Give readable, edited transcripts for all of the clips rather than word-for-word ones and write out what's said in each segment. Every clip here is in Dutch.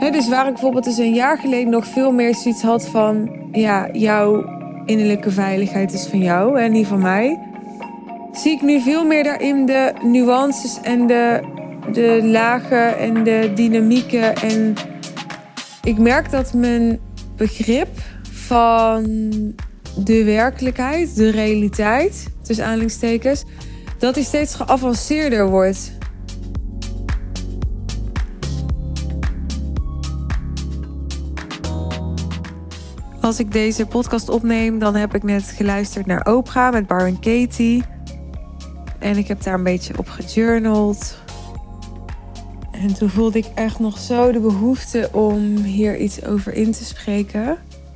Dus waar ik bijvoorbeeld dus een jaar geleden nog veel meer zoiets had van... ja, jouw innerlijke veiligheid is van jou en niet van mij. Zie ik nu veel meer daarin de nuances en de lagen en de dynamieken. En ik merk dat mijn begrip van de werkelijkheid, de realiteit, tussen aanhalingstekens, dat die steeds geavanceerder wordt. Als ik deze podcast opneem, dan heb ik net geluisterd naar Oprah met Byron Katie. En ik heb daar een beetje op gejournald. En toen voelde ik echt nog zo de behoefte om hier iets over in te spreken.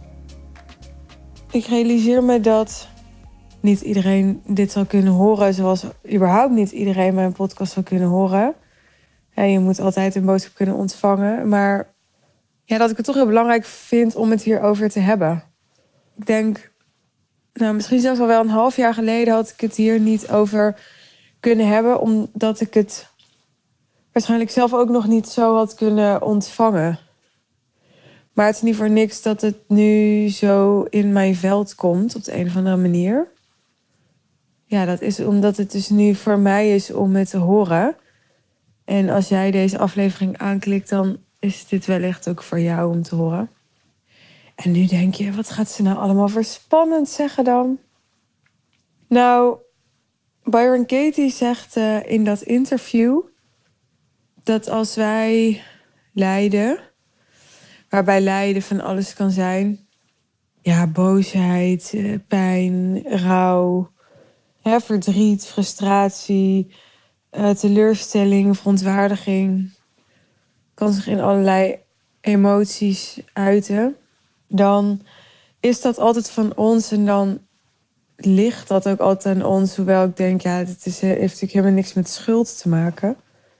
Ik realiseer me dat niet iedereen dit zal kunnen horen, zoals überhaupt niet iedereen mijn podcast zal kunnen horen. Je moet altijd een boodschap kunnen ontvangen, maar ja, dat ik het toch heel belangrijk vind om het hierover te hebben. Ik denk, misschien zelfs al wel een half jaar geleden had ik het hier niet over kunnen hebben, omdat ik het waarschijnlijk zelf ook nog niet zo had kunnen ontvangen. Maar het is niet voor niks dat het nu zo in mijn veld komt op de een of andere manier. Ja, dat is omdat het dus nu voor mij is om het te horen. En als jij deze aflevering aanklikt, dan is dit wellicht ook voor jou om te horen. En nu denk je, wat gaat ze nou allemaal voor spannend zeggen dan? Nou, Byron Katie zegt in dat interview dat als wij lijden, waarbij lijden van alles kan zijn, ja, boosheid, pijn, rouw, verdriet, frustratie, teleurstelling, verontwaardiging, kan zich in allerlei emoties uiten, dan is dat altijd van ons en dan ligt dat ook altijd aan ons. Hoewel ik denk, ja, dit heeft natuurlijk helemaal niks met schuld te maken.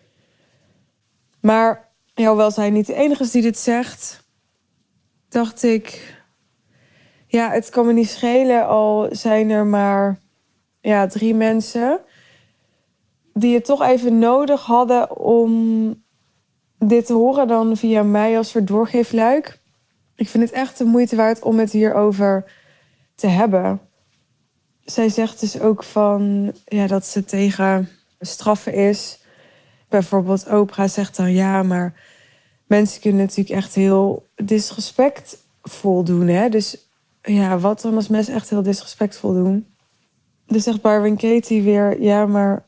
Maar hoewel zij niet de enige is die dit zegt, dacht ik, ja, het kan me niet schelen, al zijn er maar 3 mensen die het toch even nodig hadden om dit te horen dan via mij als soort doorgeefluik. Ik vind het echt de moeite waard om het hierover te hebben. Zij zegt dus ook van, dat ze tegen straffen is. Bijvoorbeeld Oprah zegt dan, ja, maar mensen kunnen natuurlijk echt heel disrespectvol doen. Hè? Dus ja, wat dan als mensen echt heel disrespectvol doen? Dus zegt Byron Katie weer, ja, maar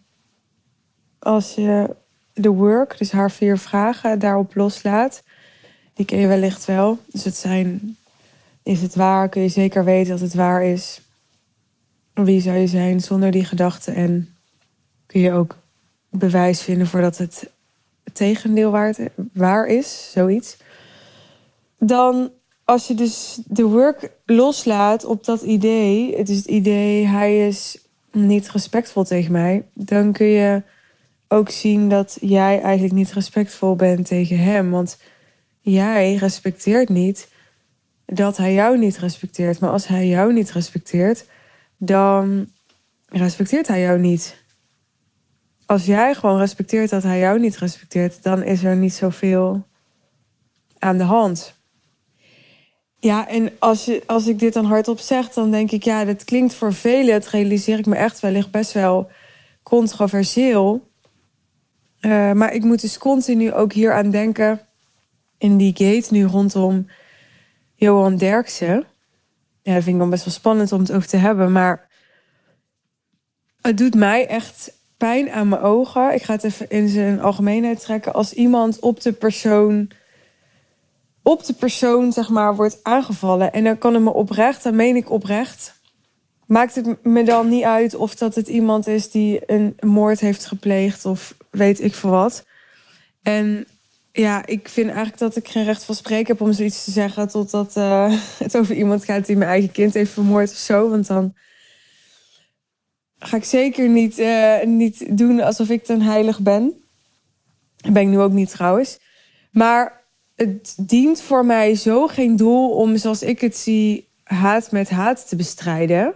als je de work, dus haar 4 vragen, daarop loslaat, die ken je wellicht wel. Dus het zijn, is het waar? Kun je zeker weten dat het waar is? Wie zou je zijn zonder die gedachten? En kun je ook bewijs vinden voordat het tegendeel waar is, zoiets. Dan, als je dus de work loslaat op dat idee, het is het idee, hij is niet respectvol tegen mij, dan kun je ook zien dat jij eigenlijk niet respectvol bent tegen hem. Want jij respecteert niet dat hij jou niet respecteert. Maar als hij jou niet respecteert, dan respecteert hij jou niet. Als jij gewoon respecteert dat hij jou niet respecteert, dan is er niet zoveel aan de hand. Ja, en als ik dit dan hardop zeg, dan denk ik, ja, dat klinkt voor velen, het realiseer ik me echt wellicht best wel controversieel. Maar ik moet dus continu ook hier aan denken, in die gate nu rondom Johan Derksen. Ja, dat vind ik dan best wel spannend om het over te hebben, maar het doet mij echt pijn aan mijn ogen. Ik ga het even in zijn algemeenheid trekken. Als iemand op de persoon zeg maar wordt aangevallen, en dan kan het me oprecht, dan meen ik oprecht, maakt het me dan niet uit of dat het iemand is die een moord heeft gepleegd of weet ik veel wat. En ja, ik vind eigenlijk dat ik geen recht van spreken heb om zoiets te zeggen totdat het over iemand gaat die mijn eigen kind heeft vermoord of zo. Want dan ga ik zeker niet doen alsof ik ten heilig ben. Dat ben ik nu ook niet trouwens. Maar het dient voor mij zo geen doel om, zoals ik het zie, haat met haat te bestrijden.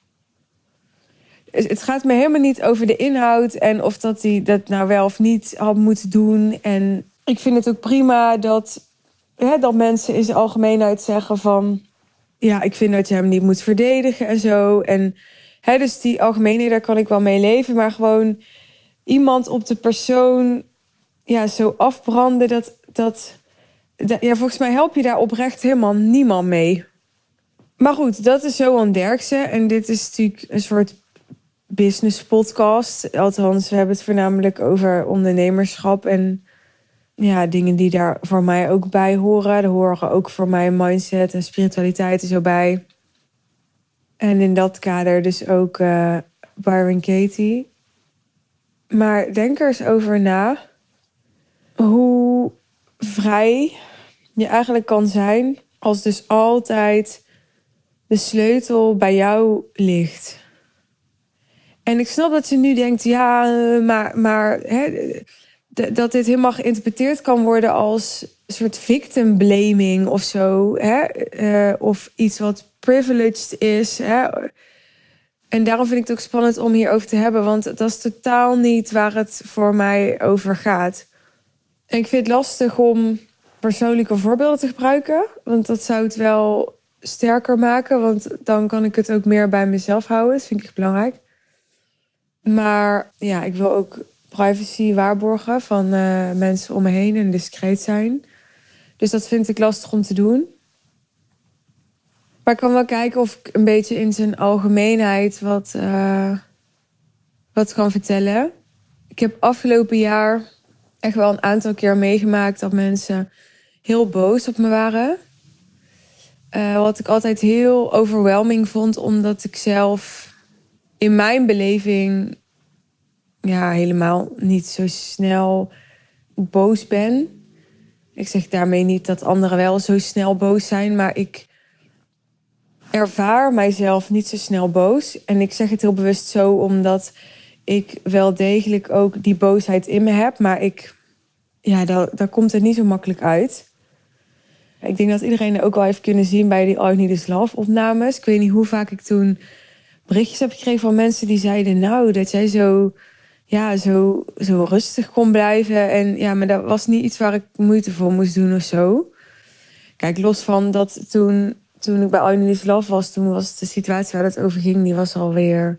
Het gaat me helemaal niet over de inhoud en of dat hij dat nou wel of niet had moeten doen. En ik vind het ook prima dat dat mensen in zijn algemeenheid zeggen van... ja, ik vind dat je hem niet moet verdedigen en zo. En dus die algemeenheid, daar kan ik wel mee leven. Maar gewoon iemand op de persoon zo afbranden... dat volgens mij help je daar oprecht helemaal niemand mee. Maar goed, dat is Johan Derksen. En dit is natuurlijk een soort business podcast. Althans, we hebben het voornamelijk over ondernemerschap... en dingen die daar voor mij ook bij horen. Er horen ook voor mij mindset en spiritualiteit er zo bij. En in dat kader dus ook Byron Katie. Maar denk er eens over na... hoe vrij je eigenlijk kan zijn... als dus altijd de sleutel bij jou ligt. En ik snap dat je nu denkt... maar dat dit helemaal geïnterpreteerd kan worden als een soort victim blaming of zo. Of iets wat privileged is. En daarom vind ik het ook spannend om hierover te hebben. Want dat is totaal niet waar het voor mij over gaat. En ik vind het lastig om persoonlijke voorbeelden te gebruiken. Want dat zou het wel sterker maken. Want dan kan ik het ook meer bij mezelf houden. Dat vind ik echt belangrijk. Maar ik wil ook privacy waarborgen van mensen om me heen en discreet zijn. Dus dat vind ik lastig om te doen. Maar ik kan wel kijken of ik een beetje in zijn algemeenheid wat kan vertellen. Ik heb afgelopen jaar echt wel een aantal keer meegemaakt dat mensen heel boos op me waren. Wat ik altijd heel overwhelming vond, omdat ik zelf in mijn beleving helemaal niet zo snel boos ben. Ik zeg daarmee niet dat anderen wel zo snel boos zijn, maar ik ervaar mijzelf niet zo snel boos. En ik zeg het heel bewust zo, omdat ik wel degelijk ook die boosheid in me heb, maar daar komt het niet zo makkelijk uit. Ik denk dat iedereen er ook wel heeft kunnen zien bij die All You Need Is Love opnames. Ik weet niet hoe vaak ik toen berichtjes heb gekregen van mensen die zeiden... dat jij zo rustig kon blijven. En maar dat was niet iets waar ik moeite voor moest doen of zo. Kijk, los van dat toen ik bij All You Need Is Love was... toen was de situatie waar het over ging, die was alweer...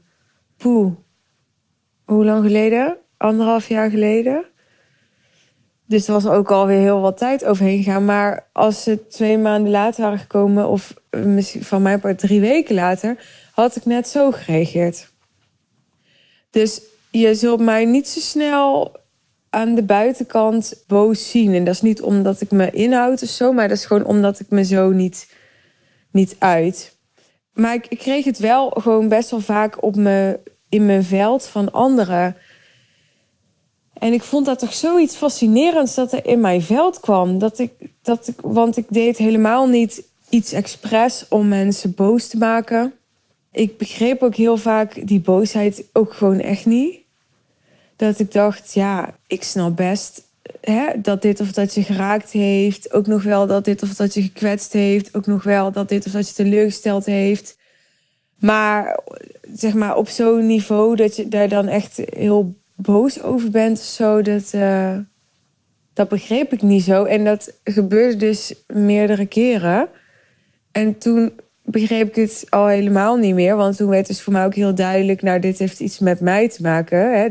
hoe lang geleden? 1,5 jaar geleden. Dus er was ook alweer heel wat tijd overheen gegaan. Maar als ze 2 maanden later waren gekomen... of misschien van mij part 3 weken later... had ik net zo gereageerd. Dus je zult mij niet zo snel aan de buitenkant boos zien. En dat is niet omdat ik me inhoud of zo... maar dat is gewoon omdat ik me zo niet uit. Maar ik kreeg het wel gewoon best wel vaak in mijn veld van anderen... En ik vond dat toch zoiets fascinerends dat er in mijn veld kwam. Want ik deed helemaal niet iets expres om mensen boos te maken. Ik begreep ook heel vaak die boosheid ook gewoon echt niet. Dat ik dacht, ik snap best dat dit of dat je geraakt heeft. Ook nog wel dat dit of dat je gekwetst heeft. Ook nog wel dat dit of dat je teleurgesteld heeft. Maar zeg maar op zo'n niveau dat je daar dan echt heel boos over bent of zo, dat begreep ik niet zo. En dat gebeurde dus meerdere keren. En toen begreep ik het al helemaal niet meer. Want toen werd dus voor mij ook heel duidelijk... dit heeft iets met mij te maken.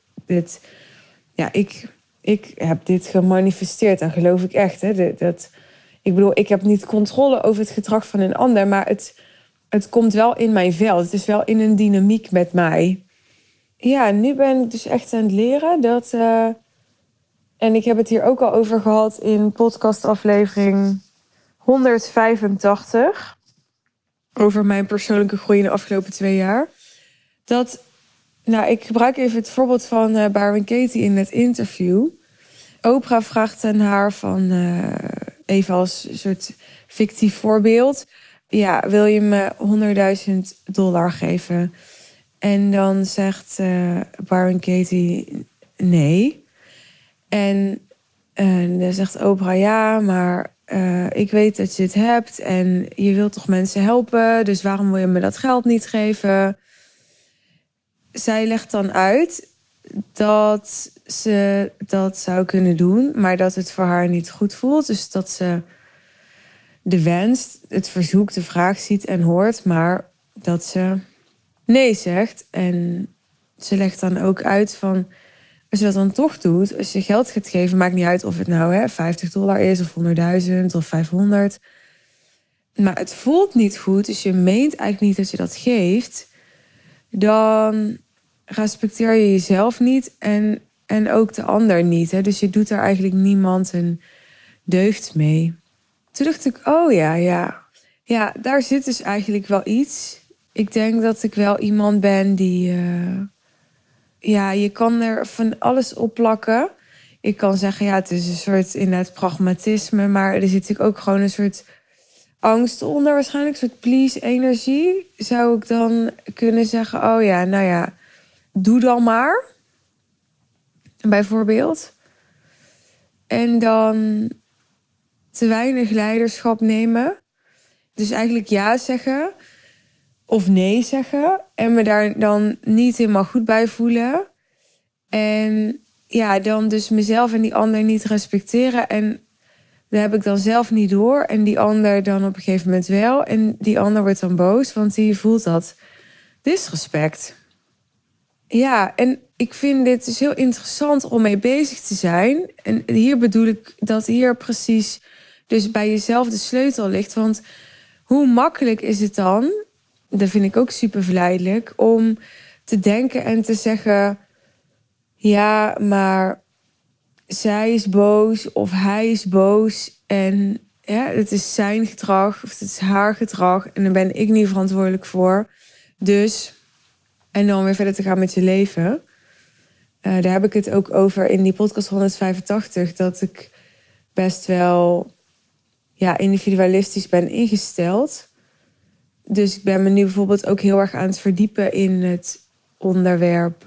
Ik heb dit gemanifesteerd. Dat geloof ik echt. Ik bedoel, ik heb niet controle over het gedrag van een ander... maar het komt wel in mijn veld. Het is wel in een dynamiek met mij. Ja, nu ben ik dus echt aan het leren. En ik heb het hier ook al over gehad in podcastaflevering 185. Over mijn persoonlijke groei in de afgelopen 2 jaar. Ik gebruik even het voorbeeld van Byron Katie in het interview. Oprah vraagt aan haar van, even als een soort fictief voorbeeld... wil je me $100.000 geven? En dan zegt Byron Katie nee. En dan zegt Oprah maar ik weet dat je het hebt en je wilt toch mensen helpen, dus waarom wil je me dat geld niet geven? Zij legt dan uit dat ze dat zou kunnen doen, maar dat het voor haar niet goed voelt. Dus dat ze de wens, het verzoek, de vraag ziet en hoort, maar dat ze nee zegt. En ze legt dan ook uit van, als je dat dan toch doet, als je geld gaat geven, maakt niet uit of het nou $50 is of 100.000 of 500. Maar het voelt niet goed, dus je meent eigenlijk niet dat je dat geeft, dan respecteer je jezelf niet en ook de ander niet. Hè? Dus je doet daar eigenlijk niemand een deugd mee. Toen dacht ik, oh ja, daar zit dus eigenlijk wel iets. Ik denk dat ik wel iemand ben die... je kan er van alles op plakken. Ik kan zeggen, het is een soort inderdaad pragmatisme, maar er zit natuurlijk ook gewoon een soort angst onder waarschijnlijk, een soort please-energie. Zou ik dan kunnen zeggen, doe dan maar. Bijvoorbeeld. En dan te weinig leiderschap nemen. Dus eigenlijk ja zeggen of nee zeggen. En me daar dan niet helemaal goed bij voelen. En dan dus mezelf en die ander niet respecteren. En dat heb ik dan zelf niet door. En die ander dan op een gegeven moment wel. En die ander wordt dan boos, want die voelt dat disrespect. Ja, en ik vind dit dus heel interessant om mee bezig te zijn. En hier bedoel ik dat hier precies dus bij jezelf de sleutel ligt. Want hoe makkelijk is het dan, dat vind ik ook super verleidelijk, om te denken en te zeggen, ja, maar zij is boos of hij is boos en het is zijn gedrag of het is haar gedrag en daar ben ik niet verantwoordelijk voor. Dus, en dan weer verder te gaan met je leven. Daar heb ik het ook over in die podcast 185, dat ik best wel individualistisch ben ingesteld. Dus ik ben me nu bijvoorbeeld ook heel erg aan het verdiepen in het onderwerp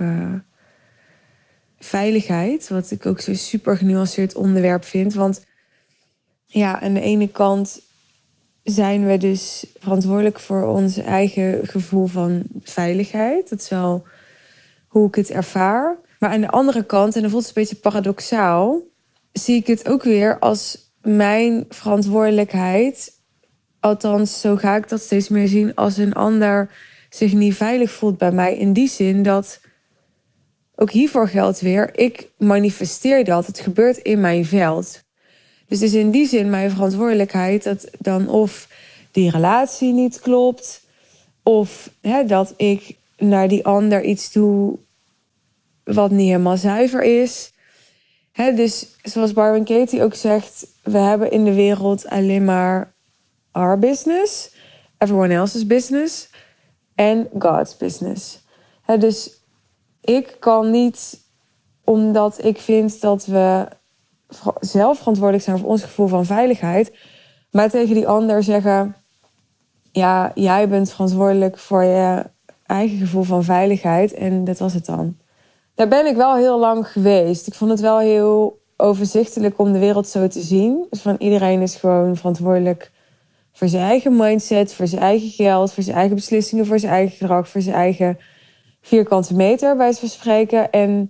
veiligheid. Wat ik ook zo'n super genuanceerd onderwerp vind. Want aan de ene kant zijn we dus verantwoordelijk voor ons eigen gevoel van veiligheid. Dat is wel hoe ik het ervaar. Maar aan de andere kant, en dan voelt het een beetje paradoxaal, zie ik het ook weer als mijn verantwoordelijkheid. Althans, zo ga ik dat steeds meer zien, als een ander zich niet veilig voelt bij mij. In die zin dat, ook hiervoor geldt weer, ik manifesteer dat. Het gebeurt in mijn veld. Dus het is in die zin mijn verantwoordelijkheid dat dan of die relatie niet klopt, of dat ik naar die ander iets doe wat niet helemaal zuiver is. Dus zoals Byron Katie ook zegt, we hebben in de wereld alleen maar our business, everyone else's business en God's business. Dus ik kan niet, omdat ik vind dat we zelf verantwoordelijk zijn voor ons gevoel van veiligheid, maar tegen die ander zeggen, ja, jij bent verantwoordelijk voor je eigen gevoel van veiligheid en dat was het dan. Daar ben ik wel heel lang geweest. Ik vond het wel heel overzichtelijk om de wereld zo te zien. Dus van iedereen is gewoon verantwoordelijk voor zijn eigen mindset, voor zijn eigen geld, voor zijn eigen beslissingen, voor zijn eigen gedrag, voor zijn eigen vierkante meter, bij het verspreken. En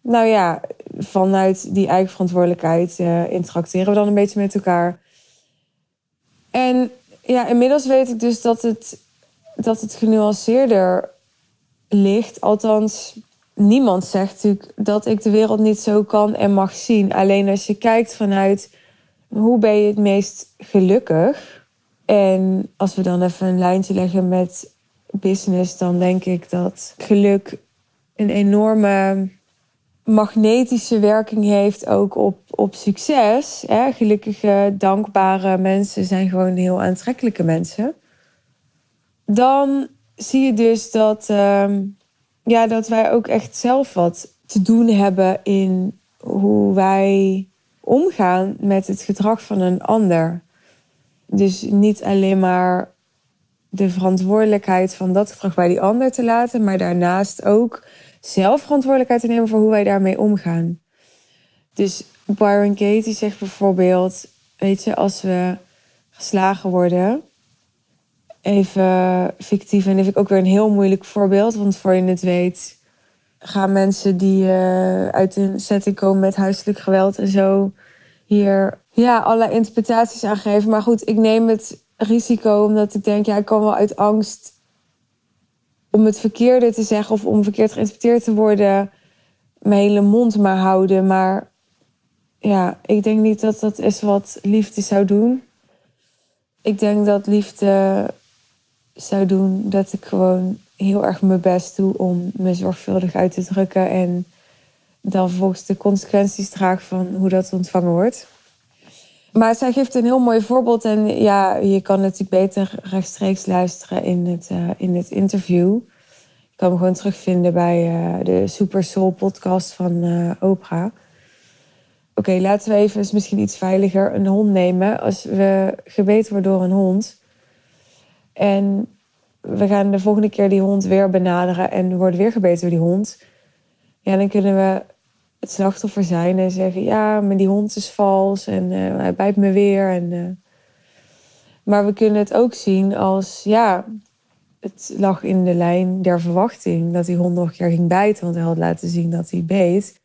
vanuit die eigen verantwoordelijkheid interacteren we dan een beetje met elkaar. En inmiddels weet ik dus dat het genuanceerder ligt. Althans, niemand zegt natuurlijk dat ik de wereld niet zo kan en mag zien. Alleen als je kijkt vanuit hoe ben je het meest gelukkig. En als we dan even een lijntje leggen met business, dan denk ik dat geluk een enorme magnetische werking heeft ook op succes. Gelukkige, dankbare mensen zijn gewoon heel aantrekkelijke mensen. Dan zie je dus dat wij ook echt zelf wat te doen hebben in hoe wij omgaan met het gedrag van een ander. Dus niet alleen maar de verantwoordelijkheid van dat gedrag bij die ander te laten, maar daarnaast ook zelf verantwoordelijkheid te nemen voor hoe wij daarmee omgaan. Dus Byron Katie zegt bijvoorbeeld, weet je, als we geslagen worden, even fictief, en dat vind ik ook weer een heel moeilijk voorbeeld, want voor je het weet gaan mensen die uit een setting komen met huiselijk geweld en zo, hier allerlei interpretaties aan geven. Maar goed, ik neem het risico omdat ik denk, ik kan wel uit angst om het verkeerde te zeggen of om verkeerd geïnterpreteerd te worden, mijn hele mond maar houden. Maar ik denk niet dat dat is wat liefde zou doen. Ik denk dat liefde zou doen dat ik gewoon heel erg mijn best doe om me zorgvuldig uit te drukken en dan vervolgens de consequenties draag van hoe dat ontvangen wordt. Maar zij geeft een heel mooi voorbeeld. En je kan natuurlijk beter rechtstreeks luisteren in het interview. Je kan hem gewoon terugvinden bij de Super Soul podcast van Oprah. Oké, laten we even, is misschien iets veiliger, een hond nemen. Als we gebeten worden door een hond en we gaan de volgende keer die hond weer benaderen en we worden weer gebeten door die hond, dan kunnen we het slachtoffer zijn en zeggen, maar die hond is vals en hij bijt me weer. Maar we kunnen het ook zien als, het lag in de lijn der verwachting dat die hond nog een keer ging bijten, want hij had laten zien dat hij beet.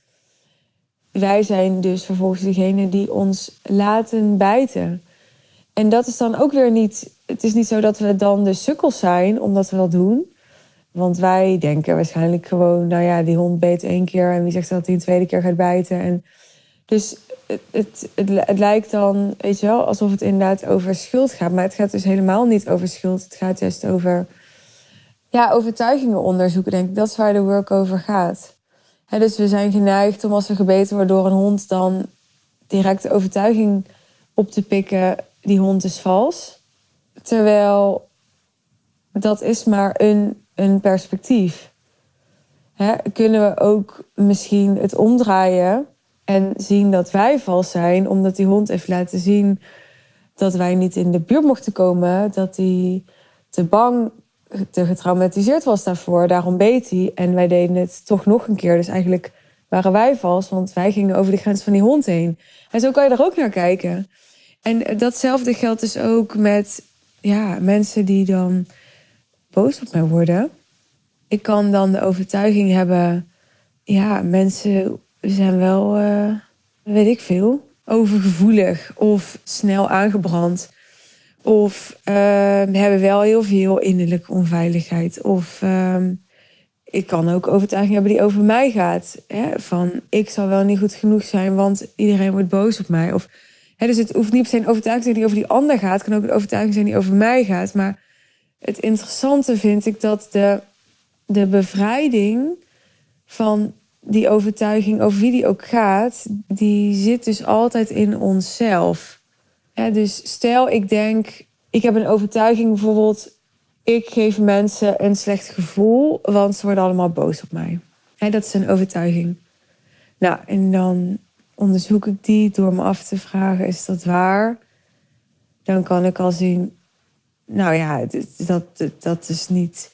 Wij zijn dus vervolgens degene die ons laten bijten. En dat is dan ook weer niet, het is niet zo dat we dan de sukkels zijn omdat we dat doen. Want wij denken waarschijnlijk gewoon, die hond beet 1 keer en wie zegt dat hij een 2e keer gaat bijten. En dus het lijkt dan, weet je wel, alsof het inderdaad over schuld gaat. Maar het gaat dus helemaal niet over schuld. Het gaat juist over overtuigingen onderzoeken, denk ik. Dat is waar de work over gaat. Dus we zijn geneigd om als we gebeten worden door een hond dan direct de overtuiging op te pikken, die hond is vals. Terwijl dat is maar een perspectief. Kunnen we ook misschien het omdraaien en zien dat wij vals zijn, omdat die hond heeft laten zien dat wij niet in de buurt mochten komen, dat hij te bang, te getraumatiseerd was daarvoor, daarom beet hij en wij deden het toch nog een keer. Dus eigenlijk waren wij vals, want wij gingen over de grens van die hond heen. En zo kan je er ook naar kijken. En datzelfde geldt dus ook met mensen die dan boos op mij worden. Ik kan dan de overtuiging hebben, mensen zijn wel, weet ik veel, overgevoelig of snel aangebrand. Of hebben wel heel veel innerlijke onveiligheid. Of ik kan ook overtuiging hebben die over mij gaat. Van, ik zal wel niet goed genoeg zijn, want iedereen wordt boos op mij. Of, dus het hoeft niet per se een overtuiging te zijn die over die ander gaat. Het kan ook een overtuiging zijn die over mij gaat. Maar het interessante vind ik dat de bevrijding van die overtuiging, over wie die ook gaat, die zit dus altijd in onszelf. Dus stel, ik denk, ik heb een overtuiging bijvoorbeeld, ik geef mensen een slecht gevoel, want ze worden allemaal boos op mij. Dat is een overtuiging. Nou, en dan onderzoek ik die door me af te vragen, is dat waar? Dan kan ik al zien, dat is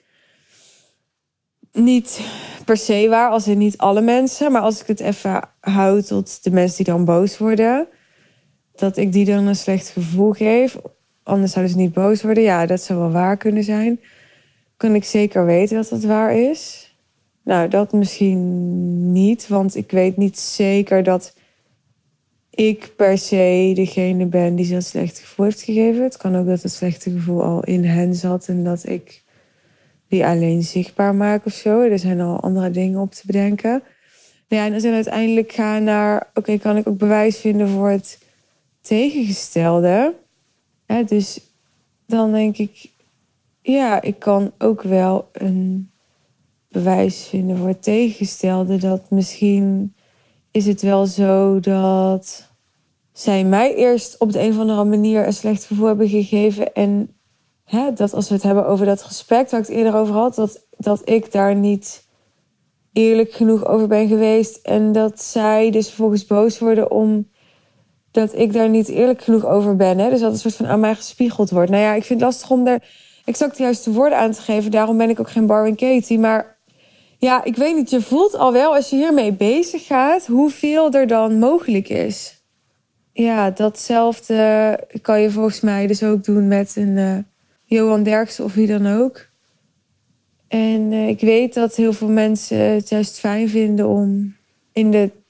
niet per se waar, als in niet alle mensen. Maar als ik het even houd tot de mensen die dan boos worden, dat ik die dan een slecht gevoel geef, anders zouden ze niet boos worden. Ja, dat zou wel waar kunnen zijn. Kan ik zeker weten dat dat waar is? Nou, dat misschien niet, want ik weet niet zeker dat ik per se degene ben die zo'n slecht gevoel heeft gegeven. Het kan ook dat het slechte gevoel al in hen zat en dat ik die alleen zichtbaar maak of zo. Er zijn al andere dingen op te bedenken. En als we uiteindelijk gaan naar, oké, kan ik ook bewijs vinden voor het tegengestelde? Dus dan denk ik, ik kan ook wel een bewijs vinden voor het tegengestelde. Dat misschien is het wel zo dat zij mij eerst op de een of andere manier een slecht gevoel hebben gegeven. En dat als we het hebben over dat gesprek waar ik het eerder over had, dat ik daar niet eerlijk genoeg over ben geweest. En dat zij dus vervolgens boos worden omdat ik daar niet eerlijk genoeg over ben. Dus dat een soort van aan mij gespiegeld wordt. Ik vind het lastig om er exact de juiste woorden aan te geven. Daarom ben ik ook geen Byron Katie. Maar ik weet niet, je voelt al wel als je hiermee bezig gaat hoeveel er dan mogelijk is. Datzelfde kan je volgens mij dus ook doen met een Johan Derksen of wie dan ook. En ik weet dat heel veel mensen het juist fijn vinden om in de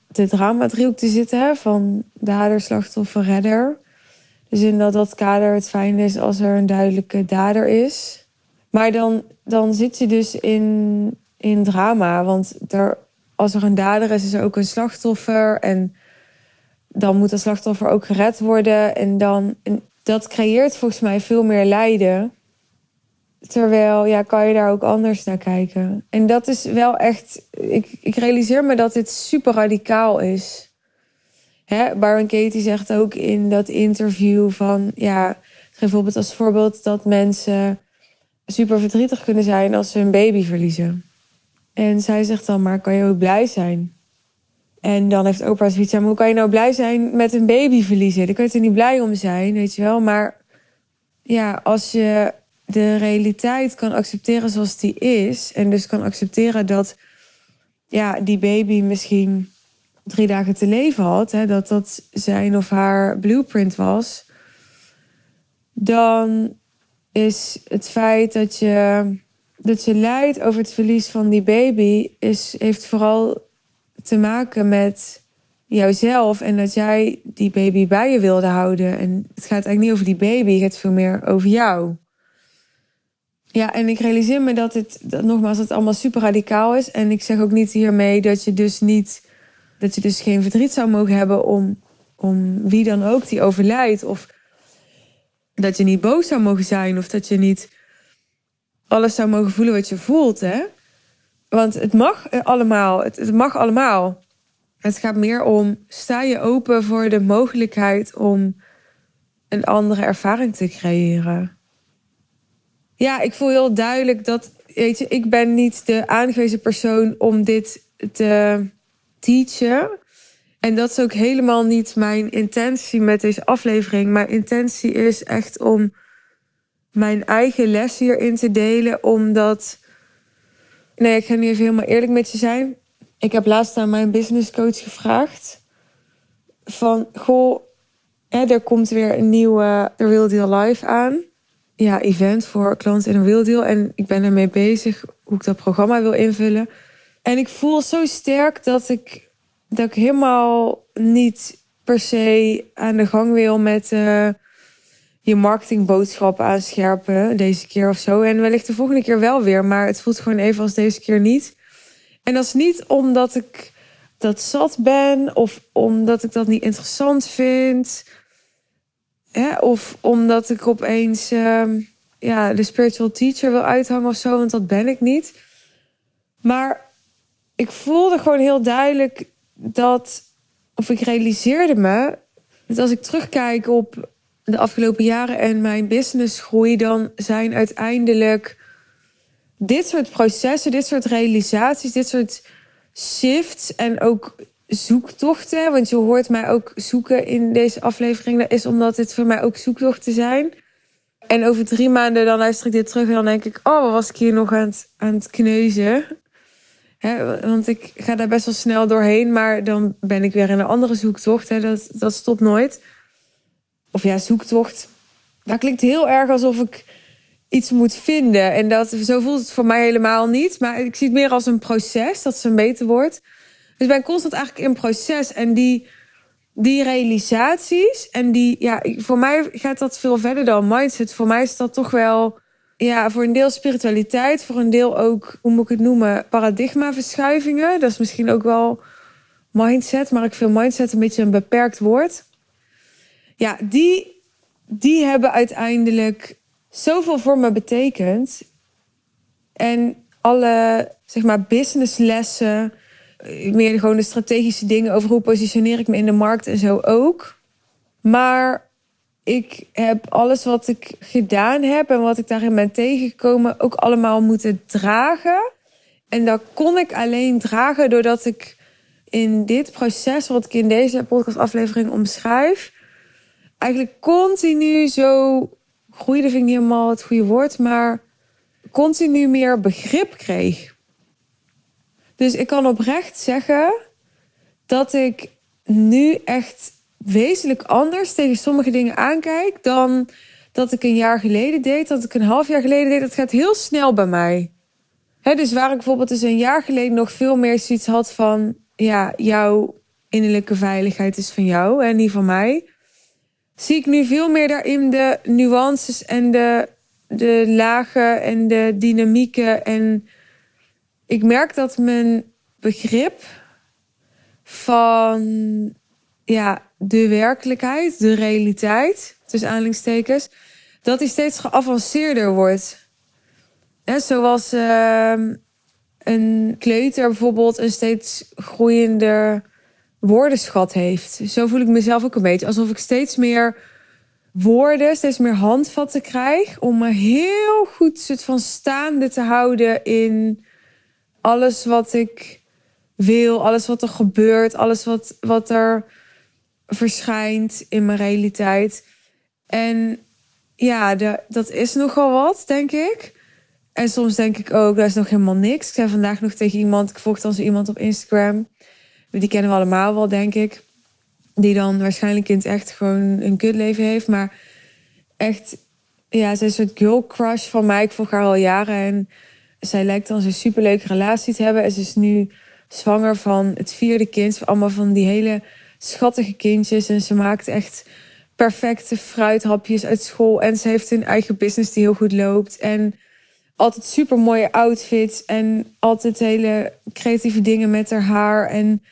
de drama-driehoek te zitten, hè, van dader, slachtoffer, redder. Dus in dat kader het fijn is als er een duidelijke dader is. Maar dan zit je dus in drama. Want als er een dader is er ook een slachtoffer. En dan moet dat slachtoffer ook gered worden. En dat creëert volgens mij veel meer lijden. Terwijl, ja, kan je daar ook anders naar kijken. En dat is wel echt... Ik realiseer me dat dit super radicaal is. Byron Katie zegt ook in dat interview van... Ja, bijvoorbeeld als voorbeeld dat mensen super verdrietig kunnen zijn als ze een baby verliezen. En zij zegt dan, maar kan je ook blij zijn? En dan heeft Oprah zoiets aan, hoe kan je nou blij zijn met een baby verliezen? Daar kun je er niet blij om zijn, weet je wel. Maar ja, als je de realiteit kan accepteren zoals die is... en dus kan accepteren dat ja, die baby misschien 3 dagen te leven had... Hè, dat zijn of haar blueprint was... dan is het feit dat je lijdt over het verlies van die baby... heeft vooral te maken met jouzelf... en dat jij die baby bij je wilde houden. En het gaat eigenlijk niet over die baby, het gaat veel meer over jou. Ja, en ik realiseer me dat het allemaal super radicaal is. En ik zeg ook niet hiermee dat je dus geen verdriet zou mogen hebben om wie dan ook die overlijdt. Of dat je niet boos zou mogen zijn. Of dat je niet alles zou mogen voelen wat je voelt, hè. Want het mag allemaal. Het mag allemaal. Het gaat meer om, sta je open voor de mogelijkheid om een andere ervaring te creëren. Ja, ik voel heel duidelijk dat, weet je, ik ben niet de aangewezen persoon om dit te teachen. En dat is ook helemaal niet mijn intentie met deze aflevering. Mijn intentie is echt om mijn eigen les hierin te delen. Omdat, nee, ik ga nu even helemaal eerlijk met je zijn. Ik heb laatst aan mijn businesscoach gevraagd van, goh, er komt weer een nieuwe The Real Deal Live aan. Ja, event voor klanten in een Real Deal. En ik ben ermee bezig hoe ik dat programma wil invullen. En ik voel zo sterk dat ik helemaal niet per se aan de gang wil met je marketingboodschap aanscherpen deze keer of zo. En wellicht de volgende keer wel weer, maar het voelt gewoon even als deze keer niet. En dat is niet omdat ik dat zat ben of omdat ik dat niet interessant vind. Of omdat ik opeens de spiritual teacher wil uithangen of zo, want dat ben ik niet. Maar ik voelde gewoon heel duidelijk ik realiseerde me dat als ik terugkijk op de afgelopen jaren en mijn businessgroei, dan zijn uiteindelijk dit soort processen, dit soort realisaties, dit soort shifts en ook zoektochten, want je hoort mij ook zoeken in deze aflevering, dat is omdat dit voor mij ook zoektochten zijn. En over 3 maanden dan luister ik dit terug en dan denk ik, oh, wat was ik hier nog aan het kneuzen. Want ik ga daar best wel snel doorheen, maar dan ben ik weer in een andere zoektocht. Dat stopt nooit. Of ja, zoektocht. Dat klinkt heel erg alsof ik iets moet vinden. En zo voelt het voor mij helemaal niet. Maar ik zie het meer als een proces, dat is een beter woord. Dus ik ben constant eigenlijk in proces. En die realisaties en voor mij gaat dat veel verder dan mindset. Voor mij is dat toch wel, voor een deel spiritualiteit, voor een deel ook, hoe moet ik het noemen, paradigmaverschuivingen. Dat is misschien ook wel mindset, maar ik vind mindset een beetje een beperkt woord. Ja, die hebben uiteindelijk zoveel voor me betekend. En alle, zeg maar, businesslessen, meer gewoon de strategische dingen over hoe positioneer ik me in de markt en zo ook. Maar ik heb alles wat ik gedaan heb en wat ik daarin ben tegengekomen ook allemaal moeten dragen. En dat kon ik alleen dragen doordat ik in dit proces, wat ik in deze podcastaflevering omschrijf, eigenlijk continu zo groeide, vind ik niet helemaal het goede woord, maar continu meer begrip kreeg. Dus ik kan oprecht zeggen dat ik nu echt wezenlijk anders tegen sommige dingen aankijk dan dat ik een jaar geleden deed, dat ik een half jaar geleden deed. Dat gaat heel snel bij mij. Dus waar ik bijvoorbeeld dus een jaar geleden nog veel meer zoiets had van, jouw innerlijke veiligheid is van jou en die van mij, zie ik nu veel meer daarin de nuances en de lagen en de dynamieken. En ik merk dat mijn begrip van de werkelijkheid, de realiteit, tussen aanhalingstekens, dat die steeds geavanceerder wordt. Zoals een kleuter bijvoorbeeld een steeds groeiender woordenschat heeft. Zo voel ik mezelf ook een beetje. Alsof ik steeds meer woorden, steeds meer handvatten krijg om me heel goed soort van staande te houden in alles wat ik wil, alles wat er gebeurt, alles wat er verschijnt in mijn realiteit. En dat is nogal wat, denk ik. En soms denk ik ook, dat is nog helemaal niks. Ik zei vandaag nog tegen iemand, ik volg dan zo iemand op Instagram. Die kennen we allemaal wel, denk ik. Die dan waarschijnlijk in het echt gewoon een kutleven heeft. Maar echt, zij is een soort girl crush van mij. Ik volg haar al jaren. En zij lijkt dan zo'n superleuke relatie te hebben. En ze is nu zwanger van het 4e kind. Allemaal van die hele schattige kindjes. En ze maakt echt perfecte fruithapjes uit school. En ze heeft een eigen business die heel goed loopt. En altijd super mooie outfits. En altijd hele creatieve dingen met haar haar. En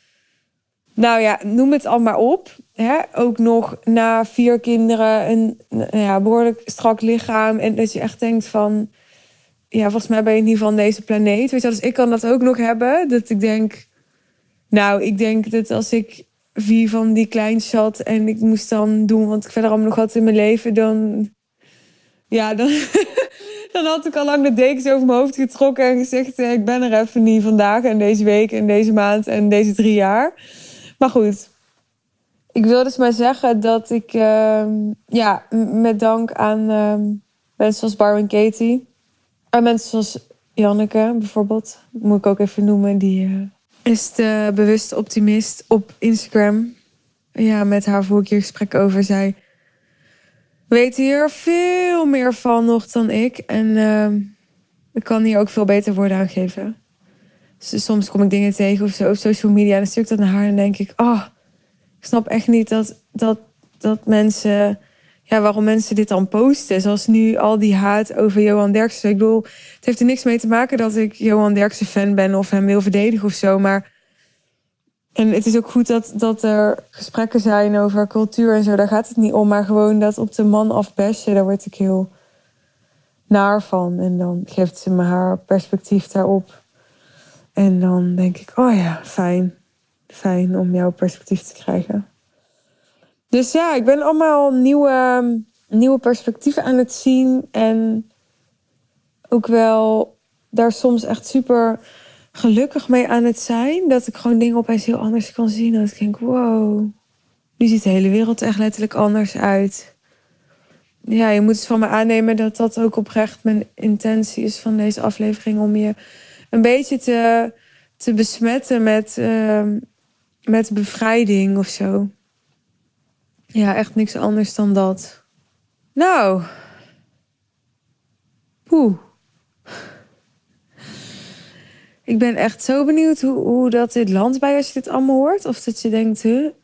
noem het allemaal op. Ook nog na 4 kinderen. Een behoorlijk strak lichaam. En dat je echt denkt van, volgens mij ben je niet van deze planeet. Weet je, dus ik kan dat ook nog hebben. Dat ik denk, ik denk dat als ik 4 van die kleins had en ik moest dan doen wat ik verder allemaal nog had in mijn leven, dan dan had ik al lang de dekens over mijn hoofd getrokken en gezegd, ik ben er even niet vandaag en deze week en deze maand en deze 3 jaar. Maar goed, ik wil dus maar zeggen dat ik met dank aan mensen zoals Byron Katie en mensen zoals Janneke bijvoorbeeld, moet ik ook even noemen, die is de bewuste optimist op Instagram. Met haar voer ik hier gesprek over. Zij weet hier veel meer van nog dan ik. En ik kan hier ook veel beter woorden aan geven. Dus soms kom ik dingen tegen of zo op social media en dan stuur ik dat naar haar en denk ik, ik snap echt niet dat mensen, waarom mensen dit dan posten. Zoals nu al die haat over Johan Derksen. Ik bedoel, het heeft er niks mee te maken dat ik Johan Derksen fan ben of hem wil verdedigen of zo. En het is ook goed dat er gesprekken zijn over cultuur en zo. Daar gaat het niet om. Maar gewoon dat op de man afbashen, daar word ik heel naar van. En dan geeft ze me haar perspectief daarop. En dan denk ik, fijn. Fijn om jouw perspectief te krijgen. Dus ik ben allemaal nieuwe perspectieven aan het zien. En ook wel daar soms echt super gelukkig mee aan het zijn. Dat ik gewoon dingen opeens heel anders kan zien. Dat ik denk, wow, nu ziet de hele wereld echt letterlijk anders uit. Je moet het van me aannemen dat dat ook oprecht mijn intentie is van deze aflevering. Om je een beetje te besmetten met bevrijding of zo. Echt niks anders dan dat. Nou. Ik ben echt zo benieuwd hoe dat dit landt bij als je dit allemaal hoort. Of dat je denkt,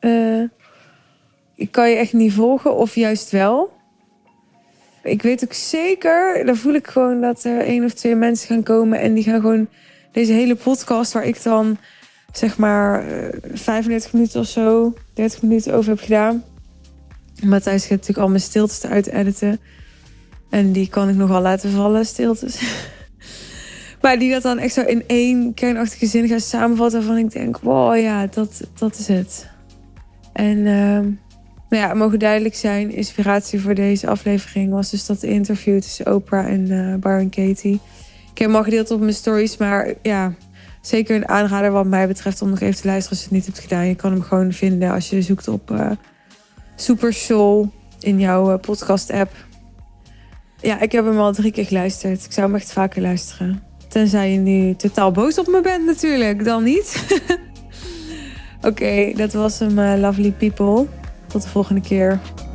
ik kan je echt niet volgen. Of juist wel. Ik weet ook zeker, dan voel ik gewoon dat er 1 of 2 mensen gaan komen. En die gaan gewoon deze hele podcast waar ik dan zeg maar 35 minuten of zo, 30 minuten over heb gedaan. Matthijs gaat natuurlijk al mijn stiltes eruit editen. En die kan ik nogal laten vallen, stiltes. Maar die dat dan echt zo in 1 kernachtige zin gaan samenvatten. Waarvan ik denk, wow, dat is het. En het mogen duidelijk zijn. Inspiratie voor deze aflevering was dus dat interview tussen Oprah en Byron Katie. Ik heb hem al gedeeld op mijn stories. Maar zeker een aanrader wat mij betreft om nog even te luisteren als je het niet hebt gedaan. Je kan hem gewoon vinden als je zoekt op Super Soul in jouw podcast app. Ik heb hem al 3 keer geluisterd. Ik zou hem echt vaker luisteren. Tenzij je nu totaal boos op me bent natuurlijk. Dan niet. Oké, dat was hem, lovely people. Tot de volgende keer.